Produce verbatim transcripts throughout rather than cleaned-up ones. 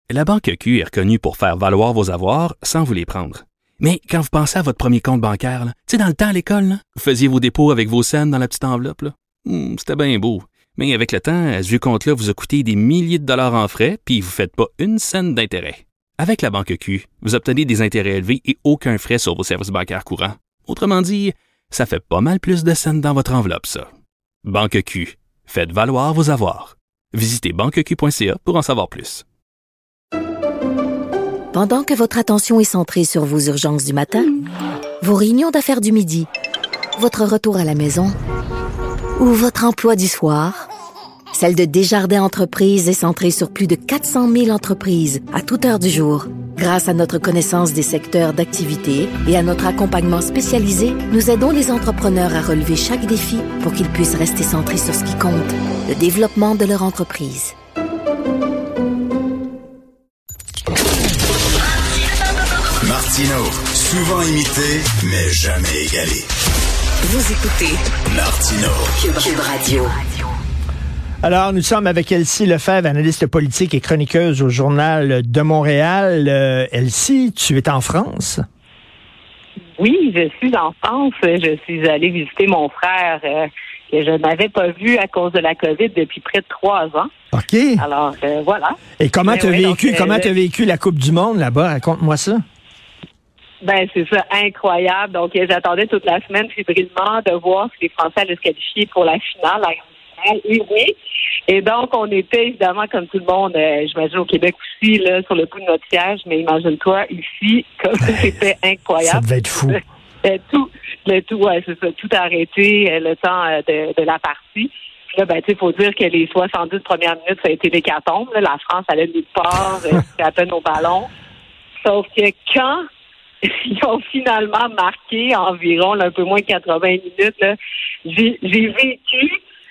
La Banque Q est reconnue pour faire valoir vos avoirs sans vous les prendre. Mais quand vous pensez à votre premier compte bancaire, tu sais, dans le temps à l'école, là, vous faisiez vos dépôts avec vos scènes dans la petite enveloppe. Là. Hum, c'était bien beau. Mais avec le temps, ce vieux compte-là vous a coûté des milliers de dollars en frais, puis vous ne faites pas une scène d'intérêt. Avec la Banque Q, vous obtenez des intérêts élevés et aucun frais sur vos services bancaires courants. Autrement dit, ça fait pas mal plus de scènes dans votre enveloppe, ça. Banque Q. Faites valoir vos avoirs. Visitez banque q point c a pour en savoir plus. Pendant que votre attention est centrée sur vos urgences du matin, vos réunions d'affaires du midi, votre retour à la maison ou votre emploi du soir, celle de Desjardins Entreprises est centrée sur plus de quatre cent mille entreprises à toute heure du jour. Grâce à notre connaissance des secteurs d'activité et à notre accompagnement spécialisé, nous aidons les entrepreneurs à relever chaque défi pour qu'ils puissent rester centrés sur ce qui compte, le développement de leur entreprise. Martino, souvent imité, mais jamais égalé. Vous écoutez Martino, Cube, Cube Radio. Alors, nous sommes avec Elsie Lefebvre, analyste politique et chroniqueuse au Journal de Montréal. Euh, Elsie, tu es en France? Oui, je suis en France. Je suis allée visiter mon frère euh, que je n'avais pas vu à cause de la COVID depuis près de trois ans. OK. Alors, euh, voilà. Et comment tu as oui, vécu, donc, comment euh, t'as vécu la Coupe du Monde là-bas? Raconte-moi ça. Ben, c'est ça, incroyable. Donc, j'attendais toute la semaine fébrilement de voir si les Français allaient se qualifier pour la finale, la grande finale. Et oui. Et donc, on était évidemment, comme tout le monde, euh, j'imagine au Québec aussi, là, sur le bout de notre siège, mais imagine-toi ici, comme c'était incroyable. Ça devait être fou. Euh, tout, le tout, ouais, c'est ça, tout arrêté, euh, le temps euh, de, de la partie. Puis là, ben, tu sais, faut dire que les soixante-dix premières minutes, ça a été l'hécatombe. Là. La France allait nulle part, euh, c'était à peine au ballon. Sauf que quand ils ont finalement marqué environ là, un peu moins de quatre-vingts minutes, là, j'ai, j'ai vécu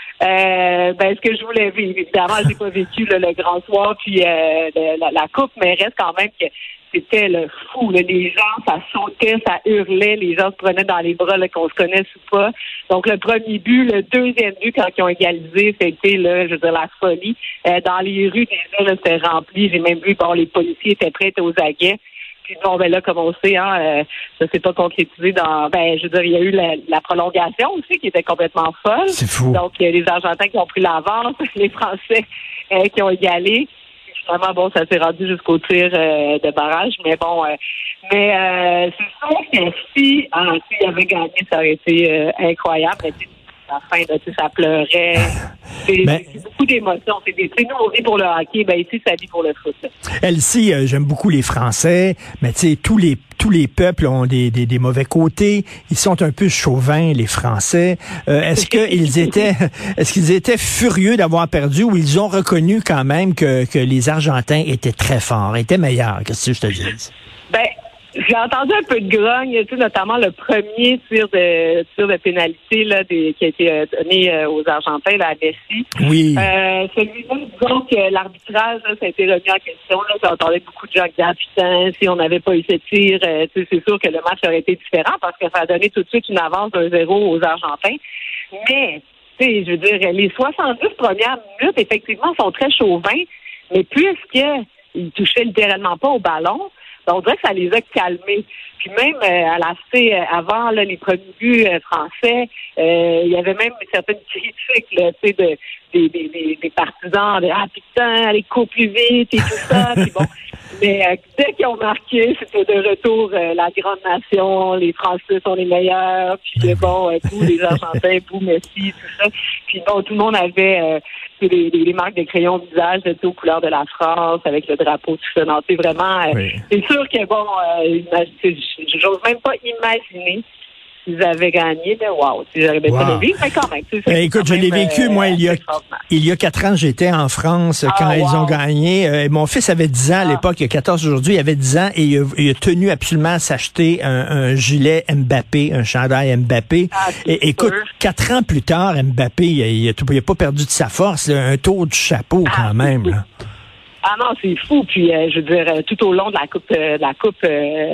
euh, ben, ce que je voulais vivre. Évidemment, j'ai pas vécu là, le grand soir puis euh, le, la, la coupe, mais reste quand même que c'était le fou. Là. Les gens, ça sautait, ça hurlait, les gens se prenaient dans les bras, là, qu'on se connaisse ou pas. Donc, le premier but, le deuxième but, quand ils ont égalisé, c'était, là, je veux dire, la folie. Euh, dans les rues, déjà, là, c'était rempli. J'ai même vu, bon, les policiers étaient prêts aux aguets. Puis bon, ben là, comme on sait, hein, euh, ça s'est pas concrétisé dans, ben, je veux dire, il y a eu la, la prolongation aussi qui était complètement folle. C'est fou. Donc, il y a les Argentins qui ont pris l'avance, les Français euh, qui ont égalé. Finalement, bon, ça s'est rendu jusqu'au tir euh, de barrage, mais bon, euh, mais euh, c'est sûr que si, ah, s'il avait gagné, ça aurait été euh, incroyable. Mais, à la fin, là, ça pleurait. C'est, ben, c'est beaucoup d'émotions. C'est des, nous, on vit pour le hockey, ben ici, ça vit pour le foot. Elsie, euh, j'aime beaucoup les Français, mais tu sais, tous les tous les peuples ont des, des, des mauvais côtés. Ils sont un peu chauvins, les Français. Euh, est-ce qu'ils étaient est-ce qu'ils étaient furieux d'avoir perdu ou ils ont reconnu quand même que, que les Argentins étaient très forts, étaient meilleurs? Qu'est-ce que je te dis? Ben, j'ai entendu un peu de grogne, tu sais, notamment le premier tir de tir de pénalité là, des, qui a été euh, donné euh, aux Argentins là, à Messi. Oui. Euh, celui-là, disons que l'arbitrage, là, ça a été remis en question. Là, j'entendais beaucoup de gens qui disaient, ah, putain, si on n'avait pas eu ce tir, euh, tu sais, c'est sûr que le match aurait été différent parce que ça a donné tout de suite une avance d'un zéro aux Argentins. Mais, tu sais, je veux dire, les soixante-dix premières minutes, effectivement, sont très chauvins, mais puisqu'ils touchaient littéralement pas au ballon, on dirait que ça les a calmés. Puis même euh, à la C, euh, avant là, les premiers buts euh, français, euh, il y avait même certaines critiques là, tu sais, de des, des, des, des partisans de ah putain, allez cours plus vite et tout ça. Puis bon, mais euh, dès qu'ils ont marqué, c'était de retour euh, la grande nation, les Français sont les meilleurs. Puis euh, bon, euh, bouh, les Argentins, bouh, Messi, tout ça. Puis bon, tout le monde avait euh, les, les, les marques de crayon au visage, tu sais, aux couleurs de la France, avec le drapeau, tout ça. Non, c'est vraiment, euh, oui. C'est sûr que bon, euh, j'ose même pas imaginer s'ils avaient gagné. Ben, wow, si j'arrivais wow. pas de vivre, mais quand même. C'est, ben, écoute, je l'ai vécu, euh, moi, il y a il y a quatre ans, j'étais en France ah, quand wow. ils ont gagné. Euh, mon fils avait dix ans à l'époque, il y a quatorze aujourd'hui, il avait dix ans et il a, il a tenu absolument à s'acheter un, un gilet Mbappé, un chandail Mbappé. Ah, et écoute, quatre ans plus tard, Mbappé, il a, il a, il a pas perdu de sa force, là, un tour du chapeau ah, quand même. Là. Ah non, c'est fou. Puis, euh, je veux dire, tout au long de la coupe, euh, de la coupe, euh,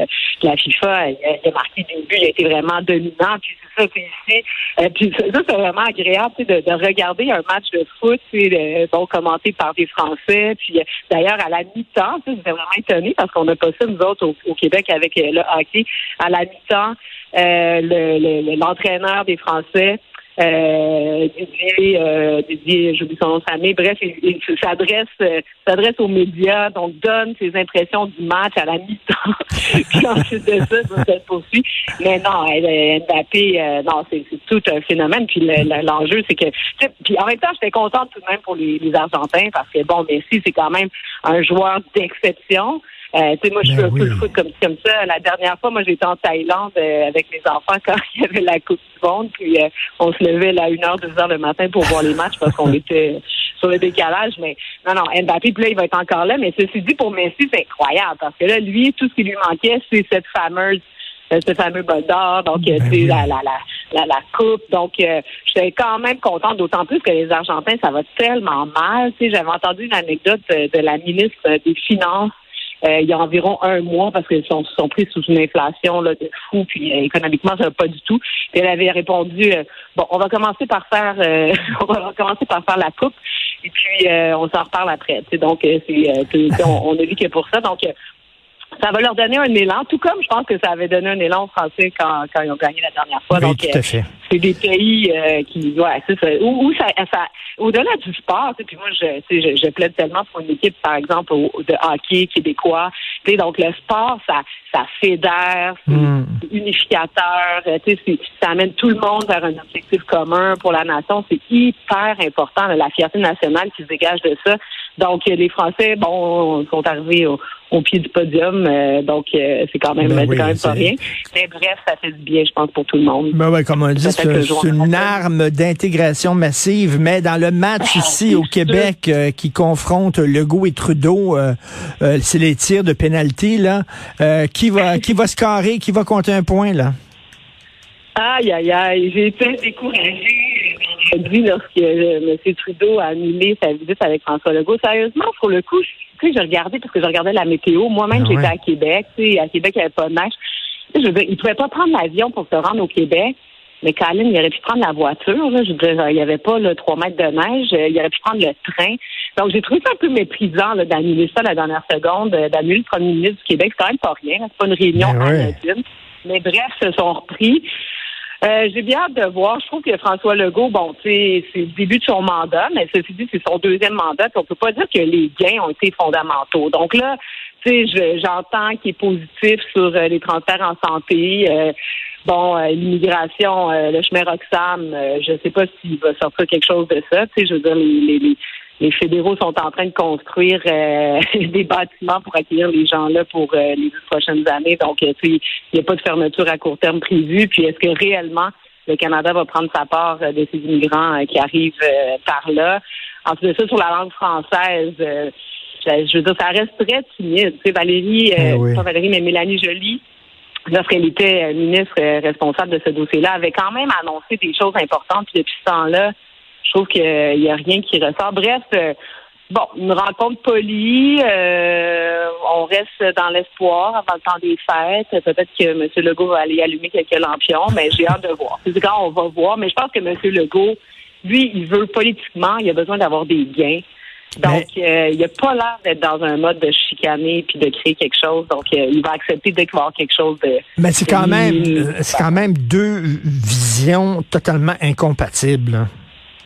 la FIFA, il a, il a marqué des buts, il a été vraiment dominant. Puis c'est ça, c'est ici. Euh, puis ça, c'est vraiment agréable de, de regarder un match de foot, de, bon, commenté par des Français. Puis d'ailleurs, à la mi-temps, j'étais vraiment étonnée parce qu'on n'a pas ça, nous autres, au, au Québec, avec le hockey. À la mi-temps, euh, le, le, l'entraîneur des Français, Euh, Didier, euh, Didier, j'oublie son nom de famille. Bref, il, il s'adresse, euh, s'adresse aux médias, donc donne ses impressions du match à la mi-temps. Puis ensuite de ça, ça se poursuit. Mais non, Mbappé, euh, non, c'est, c'est tout un phénomène. Puis le, le, l'enjeu, c'est que, puis en même temps, j'étais contente tout de même pour les, les Argentins parce que bon, Messi, c'est quand même un joueur d'exception. Euh, tu sais, moi, je fais ben un oui. peu de foot comme, comme ça. La dernière fois, moi, j'étais en Thaïlande euh, avec mes enfants quand il y avait la Coupe du Monde. Puis, euh, on se levait là, à une heure, deux heures le matin pour voir les matchs parce qu'on était sur le décalage. Mais non, non, Mbappé, puis là, il va être encore là. Mais ceci dit, pour Messi, c'est incroyable parce que là, lui, tout ce qui lui manquait, c'est cette fameuse euh, ce fameux bol d'or, donc ben tu sais, oui. la, la, la, la, la coupe. Donc, euh, j'étais quand même contente, d'autant plus que les Argentins, ça va tellement mal. Tu sais, j'avais entendu une anecdote de, de la ministre des Finances Euh, il y a environ un mois, parce qu'ils sont, sont pris sous une inflation là, de fou, puis euh, économiquement, ça va pas du tout. Puis elle avait répondu, euh, bon, on va commencer par faire euh, on va commencer par faire la coupe, et puis euh, on s'en reparle après. T'sais, donc, euh, c'est, euh, c'est, on, on a vu que pour ça. Donc, euh, ça va leur donner un élan, tout comme je pense que ça avait donné un élan aux Français quand, quand ils ont gagné la dernière fois. Oui, donc, tout à fait. Euh, c'est des pays euh, qui, ouais, c'est ça, où, où ça, ça, au-delà du sport, tu sais, puis moi, je, tu sais, je, je plaide tellement pour une équipe, par exemple, au, de hockey québécois. Tu sais, donc le sport, ça, ça fédère, c'est mm. unificateur, tu sais, c'est, ça amène tout le monde vers un objectif commun pour la nation. C'est hyper important, là, la fierté nationale qui se dégage de ça. Donc, les Français, bon, sont arrivés au, au pied du podium, euh, donc euh, c'est quand même, ben oui, c'est quand même c'est... pas rien. Mais bref, ça fait du bien, je pense, pour tout le monde. Ben oui, comme on dit, c'est, c'est une arme d'intégration massive, mais dans le match ah, ici au Québec euh, qui confronte Legault et Trudeau, euh, euh, c'est les tirs de pénalty, là. Euh, qui va qui va scorer, qui va compter un point, là? Aïe, aïe, aïe, j'ai été découragée vendredi lorsque euh, M. Trudeau a annulé sa visite avec François Legault. Sérieusement, pour le coup, tu sais, je regardais, parce que je regardais la météo. Moi-même, ah ouais. j'étais à Québec, tu sais, à Québec, il n'y avait pas de neige. Je veux dire, il ne pouvait pas prendre l'avion pour se rendre au Québec, mais Colin, il aurait pu prendre la voiture, là. Je veux dire, il n'y avait pas là, trois mètres de neige, il aurait pu prendre le train. Donc, j'ai trouvé ça un peu méprisant là, d'annuler ça la dernière seconde, d'annuler le premier ministre du Québec. C'est quand même pas rien, là. C'est pas une réunion anodine. Ouais. Mais bref, se sont repris. Euh, j'ai bien hâte de voir. Je trouve que François Legault, bon, tu sais, c'est le début de son mandat, mais ceci dit, c'est son deuxième mandat. Puis on peut pas dire que les gains ont été fondamentaux. Donc là, tu sais, je, j'entends qu'il est positif sur euh, les transferts en santé. Euh, bon, euh, l'immigration, euh, le chemin Roxham, euh, je sais pas s'il va sortir quelque chose de ça. Tu sais, je veux dire, les, les, les Les fédéraux sont en train de construire euh, des bâtiments pour accueillir les gens là pour euh, les dix prochaines années. Donc, euh, tu sais, il n'y a pas de fermeture à court terme prévue. Puis, est-ce que réellement le Canada va prendre sa part euh, de ces immigrants euh, qui arrivent euh, par là? Ensuite de ça, sur la langue française, euh, je, je veux dire, ça reste très timide. Tu sais, Valérie, euh, oui. pas Valérie, mais Mélanie Joly, lorsqu'elle était euh, ministre euh, responsable de ce dossier-là, avait quand même annoncé des choses importantes. Puis depuis ce temps-là, je trouve qu'il n'y a rien qui ressort. Bref, euh, bon, une rencontre polie. Euh, on reste dans l'espoir avant le temps des fêtes. Peut-être que M. Legault va aller allumer quelques lampions, mais j'ai hâte de voir. C'est quand on va voir. Mais je pense que M. Legault, lui, il veut politiquement, il a besoin d'avoir des gains. Donc, mais... euh, il n'a pas l'air d'être dans un mode de chicaner puis de créer quelque chose. Donc, euh, il va accepter dès qu'il va y avoir quelque chose de... Mais c'est quand même, c'est quand même deux visions totalement incompatibles, hein.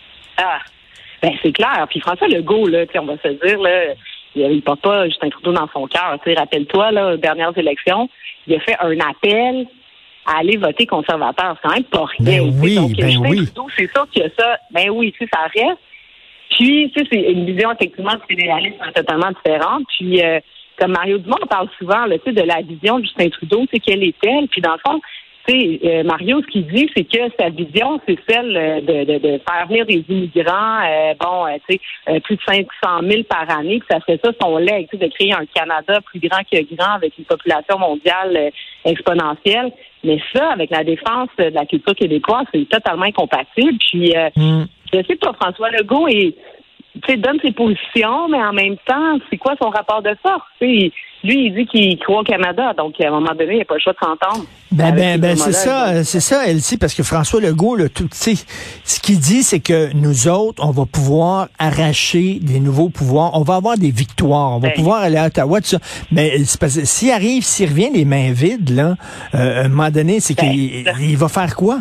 Ah, ben c'est clair. Puis François Legault, là, on va se dire, là, il ne porte pas Justin Trudeau dans son cœur. Rappelle-toi, là, aux dernières élections, il a fait un appel à aller voter conservateur. C'est quand même pas rien. Ben oui, donc, ben Justin oui. Trudeau, c'est sûr qu'il y a ça. Ben oui, tu sais, ça reste. Puis, tu sais, c'est une vision effectivement du fédéralisme totalement différente. Puis, euh, comme Mario Dumont parle souvent, là, tu sais, de la vision de Justin Trudeau, tu sais, quelle est-elle? Puis, dans le fond, Euh, Mario, ce qu'il dit, c'est que sa vision, c'est celle de, de, de faire venir des immigrants, euh, bon, euh, tu sais, euh, plus de cinq cent mille par année, que ça serait ça son leg, tu sais, de créer un Canada plus grand que grand avec une population mondiale euh, exponentielle. Mais ça, avec la défense de la culture québécoise, c'est totalement incompatible. Puis, euh, mm. je sais pas, François Legault est... tu sais, donne ses positions, mais en même temps, c'est quoi son rapport de force? T'sais, lui, il dit qu'il croit au Canada, donc à un moment donné, il n'y a pas le choix de s'entendre. Ben, ben, ben, c'est ça, c'est ça, Elsie, parce que François Legault, là, tout, tu sais, ce qu'il dit, c'est que nous autres, on va pouvoir arracher des nouveaux pouvoirs, on va avoir des victoires, on va ben. pouvoir aller à Ottawa, tout ça. Mais c'est parce que s'il arrive, s'il revient les mains vides, là, euh, à un moment donné, c'est ben, qu'il il va faire quoi?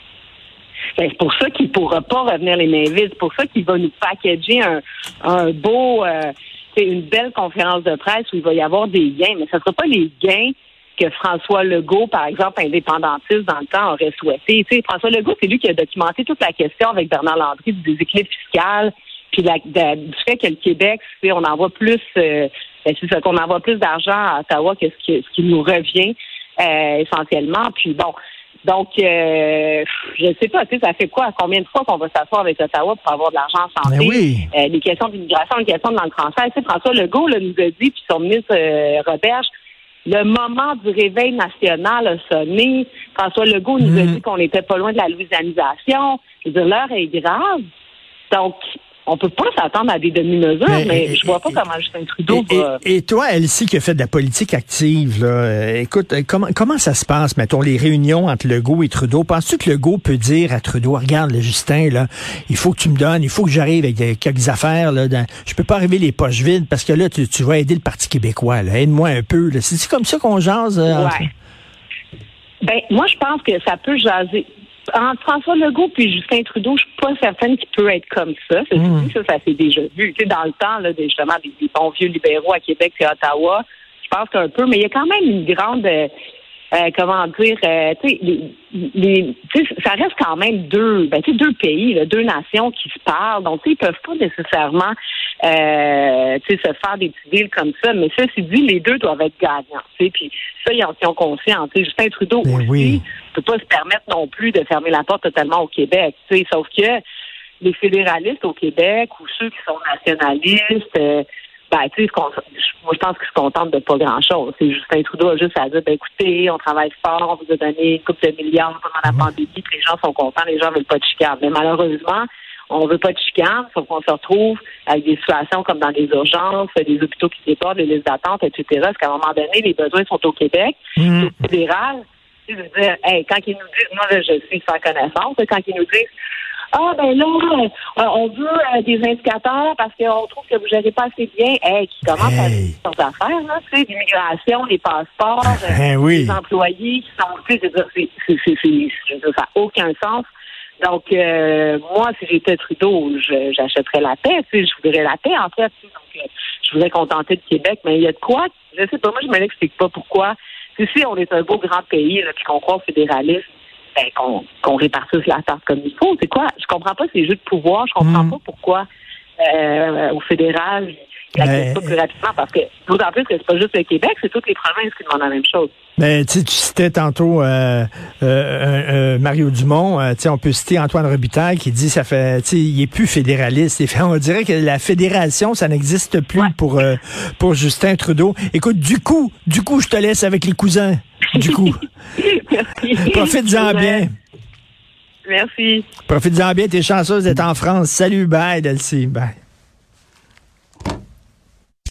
Ben, c'est pour ça qu'il ne pourra pas revenir les mains vides. C'est pour ça qu'il va nous packager un, un beau, euh, une belle conférence de presse où il va y avoir des gains. Mais ce ne sera pas les gains que François Legault, par exemple, indépendantiste dans le temps, aurait souhaité. Tu sais, François Legault, c'est lui qui a documenté toute la question avec Bernard Landry du déséquilibre fiscal, puis la, de, du fait que le Québec, tu sais, on envoie plus, euh, ben, c'est ça, qu'on envoie plus d'argent à Ottawa que ce qui, ce qui nous revient euh, essentiellement. Puis bon. Donc, euh, je ne sais pas, tu sais, ça fait quoi? Combien de fois qu'on va s'asseoir avec Ottawa pour avoir de l'argent en santé? Oui. Euh, les questions d'immigration, les questions de langue française. Tu sais, François Legault là, nous a dit, puis son ministre euh, Roberge, le moment du réveil national a sonné. François Legault nous mmh. a dit qu'on n'était pas loin de la louisianisation. Je veux dire, l'heure est grave. Donc, on peut pas s'attendre à des demi-mesures, mais, mais je vois pas et, comment Justin Trudeau et, va... Et, et toi, Elsie, qui a fait de la politique active, là, euh, écoute, comment, comment ça se passe, mettons, les réunions entre Legault et Trudeau? Penses-tu que Legault peut dire à Trudeau, regarde, le Justin, là, il faut que tu me donnes, il faut que j'arrive avec des, quelques affaires, là, dans, je peux pas arriver les poches vides, parce que là, tu, tu vas aider le Parti québécois, là, aide-moi un peu, là. C'est-tu comme ça qu'on jase? Euh, ouais. entre... Ben, moi, je pense que ça peut jaser. Entre François Legault puis Justin Trudeau, je suis pas certaine qu'il peut être comme ça. Ça, mmh. ça, ça s'est déjà vu. Tu sais, dans le temps, là, justement, des, des bons vieux libéraux à Québec et à Ottawa, je pense qu'un peu, mais il y a quand même une grande, euh, euh, comment dire, euh, tu sais, les, les, ça reste quand même deux, ben, tu sais, deux pays, là, deux nations qui se parlent. Donc, tu sais, ils peuvent pas nécessairement, euh, tu sais, se faire des petits deals comme ça. Mais ceci dit, les deux doivent être gagnants. Tu sais, puis ça, ils en sont conscients. Tu sais, Justin Trudeau ben aussi. Oui. peut pas se permettre non plus de fermer la porte totalement au Québec. Tu sais, sauf que les fédéralistes au Québec ou ceux qui sont nationalistes, euh, ben, tu sais, moi, je pense qu'ils se contentent de pas grand-chose. C'est Justin Trudeau a juste à dire, ben, écoutez, on travaille fort, on vous a donné une couple de milliards pendant la pandémie, puis les gens sont contents, les gens veulent pas de chicane. Mais malheureusement, on veut pas de chicane, sauf qu'on se retrouve avec des situations comme dans les urgences, des hôpitaux qui débordent, les listes d'attente, et cetera. Parce qu'à un moment donné, les besoins sont au Québec, mmh. au fédéral. Je veux dire, hey, quand ils nous disent, moi, là, je suis sans connaissance, quand ils nous disent, ah, ben là, euh, on veut euh, des indicateurs parce qu'on trouve que vous gérez pas assez bien. Hey, qui commencent hey. à faire des affaires, là, tu sais, l'immigration, les passeports, ben euh, oui. les employés qui sont, tu sais, c'est, c'est, c'est, c'est, c'est, ça n'a aucun sens. Donc, euh, moi, si j'étais Trudeau, je, j'achèterais la paix, tu sais, je voudrais la paix, en fait. Tu sais, donc, euh, je voudrais contenter de Québec, mais il y a de quoi, je sais pas, moi, je me l'explique pas pourquoi. Si on est un beau grand pays, là, puis qu'on croit au fédéralisme, ben, qu'on, qu'on répartisse la tarte comme il faut. C'est quoi? Je comprends pas ces jeux de pouvoir. Je comprends mmh. pas pourquoi euh, au fédéral, il n'accepte pas plus rapidement. Parce que, d'autant plus que c'est pas juste le Québec, c'est toutes les provinces qui demandent la même chose. Ben, tu citais tantôt euh, euh, euh, Mario Dumont. Euh, on peut citer Antoine Robitaille qui dit ça fait, tu sais, il est plus fédéraliste. Et on dirait que la fédération, ça n'existe plus ouais. pour euh, pour Justin Trudeau. Écoute, du coup, du coup, je te laisse avec les cousins. Du coup, profite-en bien. Merci. Profite-en bien. T'es chanceuse d'être en France. Salut, bye, Delcy. Bye.